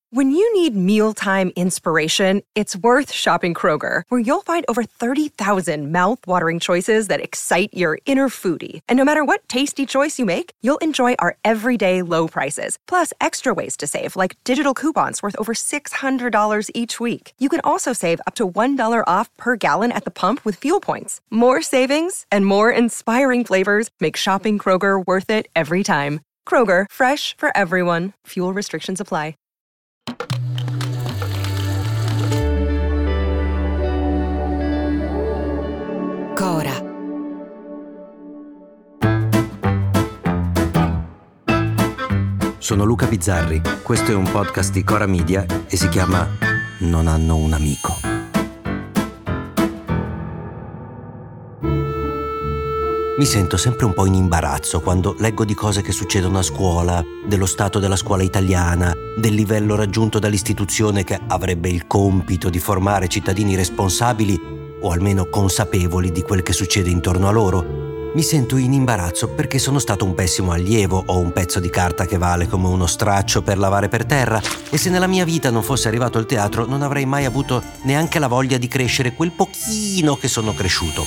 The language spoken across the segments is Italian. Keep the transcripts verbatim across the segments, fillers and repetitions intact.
When you need mealtime inspiration, it's worth shopping Kroger, where you'll find over thirty thousand mouth-watering choices that excite your inner foodie. And no matter what tasty choice you make, you'll enjoy our everyday low prices, plus extra ways to save, like digital coupons worth over six hundred dollars each week. You can also save up to one dollar off per gallon at the pump with fuel points. More savings and more inspiring flavors make shopping Kroger worth it every time. Kroger, fresh for everyone. Fuel restrictions apply. Cora. Sono Luca Bizzarri, questo è un podcast di Cora Media e si chiama Non hanno un amico. Mi sento sempre un po' in imbarazzo quando leggo di cose che succedono a scuola, dello stato della scuola italiana, del livello raggiunto dall'istituzione che avrebbe il compito di formare cittadini responsabili o almeno consapevoli di quel che succede intorno a loro. Mi sento in imbarazzo perché sono stato un pessimo allievo, ho un pezzo di carta che vale come uno straccio per lavare per terra e se nella mia vita non fosse arrivato il teatro non avrei mai avuto neanche la voglia di crescere quel pochino che sono cresciuto.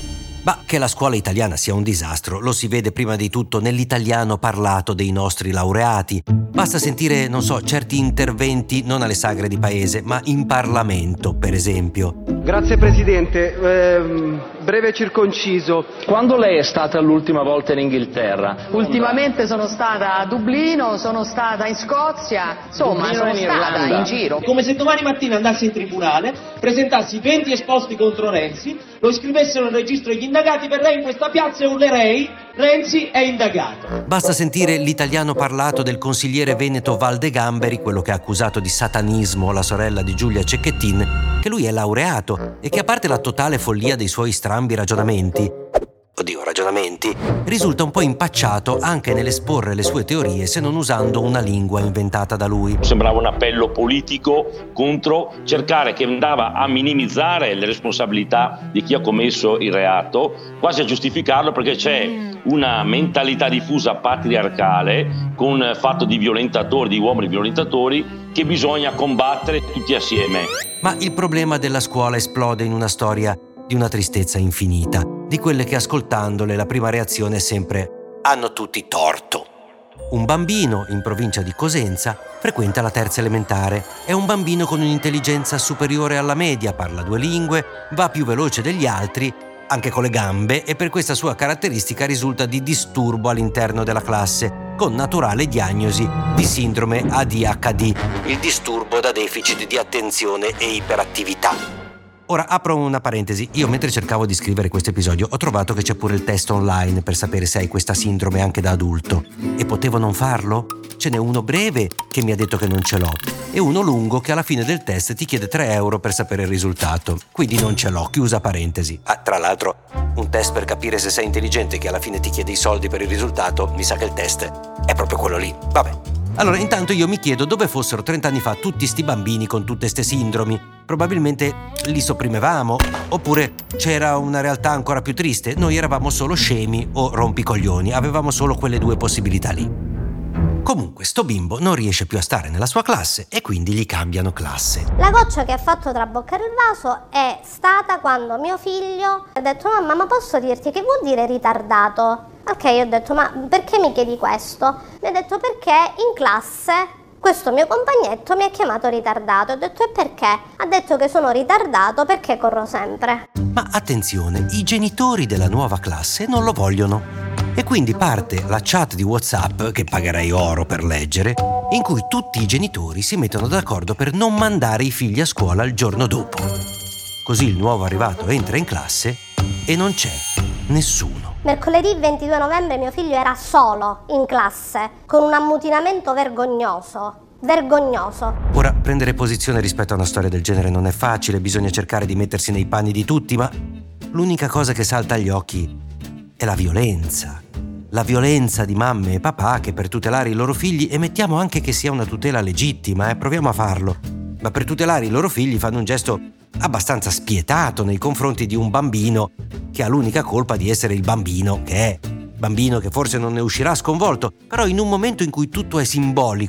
Ma che la scuola italiana sia un disastro lo si vede prima di tutto nell'italiano parlato dei nostri laureati. Basta sentire, non so, certi interventi non alle sagre di paese, ma in Parlamento, per esempio. Grazie Presidente, ehm, breve circonciso. Quando lei è stata l'ultima volta in Inghilterra? Ultimamente sono stata a Dublino, sono stata in Scozia, insomma Dublino sono in stata Irlanda. in giro. Come se domani mattina andassi in tribunale, presentassi venti esposti contro Renzi, lo iscrivessero nel registro degli indagati, per lei in questa piazza e urlerei: Renzi è indagato. Basta sentire l'italiano parlato del consigliere veneto Valdegamberi, quello che ha accusato di satanismo la sorella di Giulia Cecchettin, che lui è laureato e che, a parte la totale follia dei suoi strambi ragionamenti, oddio ragionamenti, risulta un po' impacciato anche nell'esporre le sue teorie se non usando una lingua inventata da lui. Sembrava un appello politico contro cercare, che andava a minimizzare le responsabilità di chi ha commesso il reato, quasi a giustificarlo, perché c'è una mentalità diffusa patriarcale con fatto di violentatori, di uomini violentatori, che bisogna combattere tutti assieme. Ma il problema della scuola esplode in una storia di una tristezza infinita, di quelle che ascoltandole la prima reazione è sempre: hanno tutti torto. Un bambino in provincia di Cosenza frequenta la terza elementare, è un bambino con un'intelligenza superiore alla media, parla due lingue, va più veloce degli altri, anche con le gambe, e per questa sua caratteristica risulta di disturbo all'interno della classe, con naturale diagnosi di sindrome A D H D, il disturbo da deficit di attenzione e iperattività. Ora apro una parentesi, io mentre cercavo di scrivere questo episodio ho trovato che c'è pure il test online per sapere se hai questa sindrome anche da adulto. E potevo non farlo? Ce n'è uno breve che mi ha detto che non ce l'ho e uno lungo che alla fine del test ti chiede tre euro per sapere il risultato. Quindi non ce l'ho, chiusa parentesi. Ah, tra l'altro, un test per capire se sei intelligente che alla fine ti chiede i soldi per il risultato, mi sa che il test è proprio quello lì. Vabbè. Allora, intanto io mi chiedo dove fossero trent'anni fa tutti sti bambini con tutte ste sindromi. Probabilmente li sopprimevamo, oppure c'era una realtà ancora più triste. Noi eravamo solo scemi o rompicoglioni, avevamo solo quelle due possibilità lì. Comunque, sto bimbo non riesce più a stare nella sua classe e quindi gli cambiano classe. La goccia che ha fatto traboccare il vaso è stata quando mio figlio ha detto: mamma, ma posso dirti che vuol dire ritardato? Ok, io ho detto: ma perché mi chiedi questo? Mi ha detto: perché in classe questo mio compagnetto mi ha chiamato ritardato. Ho detto: e perché? Ha detto che sono ritardato perché corro sempre. Ma attenzione, i genitori della nuova classe non lo vogliono. E quindi parte la chat di WhatsApp, che pagherei oro per leggere, in cui tutti i genitori si mettono d'accordo per non mandare i figli a scuola il giorno dopo. Così il nuovo arrivato entra in classe e non c'è nessuno. Mercoledì ventidue novembre mio figlio era solo in classe, con un ammutinamento vergognoso. Vergognoso. Ora, prendere posizione rispetto a una storia del genere non è facile, bisogna cercare di mettersi nei panni di tutti, ma l'unica cosa che salta agli occhi è la violenza. La violenza di mamme e papà che per tutelare i loro figli, e mettiamo anche che sia una tutela legittima, eh, proviamo a farlo, ma per tutelare i loro figli fanno un gesto abbastanza spietato nei confronti di un bambino che ha l'unica colpa di essere il bambino che è. Bambino che forse non ne uscirà sconvolto, però in un momento in cui tutto è simbolico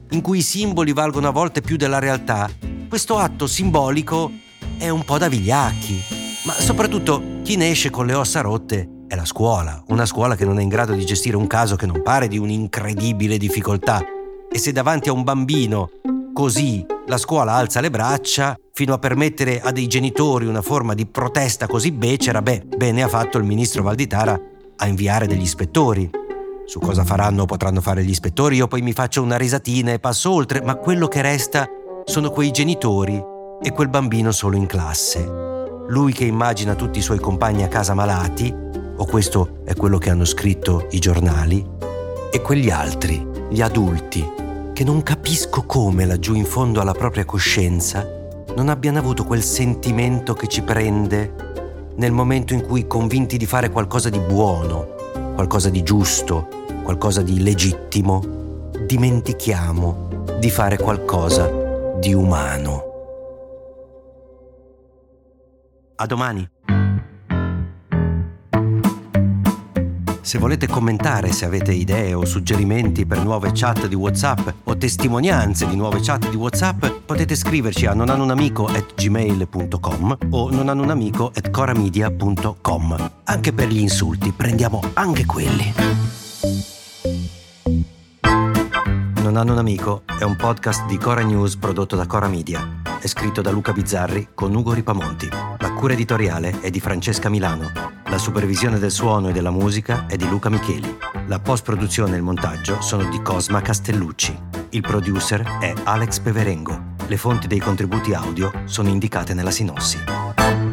in cui i simboli valgono a volte più della realtà, questo atto simbolico è un po' da vigliacchi. Ma soprattutto chi ne esce con le ossa rotte è la scuola, una scuola che non è in grado di gestire un caso che non pare di un'incredibile difficoltà. E se davanti a un bambino così la scuola alza le braccia fino a permettere a dei genitori una forma di protesta così becera, beh, bene ha fatto il ministro Valditara a inviare degli ispettori. Su cosa faranno o potranno fare gli ispettori io poi mi faccio una risatina e passo oltre, ma quello che resta sono quei genitori e quel bambino solo in classe. Lui che immagina tutti i suoi compagni a casa malati, o questo è quello che hanno scritto i giornali, e quegli altri, gli adulti, che non capisco come laggiù in fondo alla propria coscienza non abbiano avuto quel sentimento che ci prende nel momento in cui, convinti di fare qualcosa di buono, qualcosa di giusto, qualcosa di legittimo, dimentichiamo di fare qualcosa di umano. A domani! Se volete commentare, se avete idee o suggerimenti per nuove chat di WhatsApp o testimonianze di nuove chat di WhatsApp, potete scriverci a nonhanunamico at gmail punto com o nonhanunamico at coramedia punto com. Anche per gli insulti, prendiamo anche quelli. Non hanno un amico è un podcast di Cora News prodotto da Cora Media. È scritto da Luca Bizzarri con Ugo Ripamonti. La cura editoriale è di Francesca Milano. La supervisione del suono e della musica è di Luca Micheli. La post-produzione e il montaggio sono di Cosma Castellucci. Il producer è Alex Peverengo. Le fonti dei contributi audio sono indicate nella sinossi.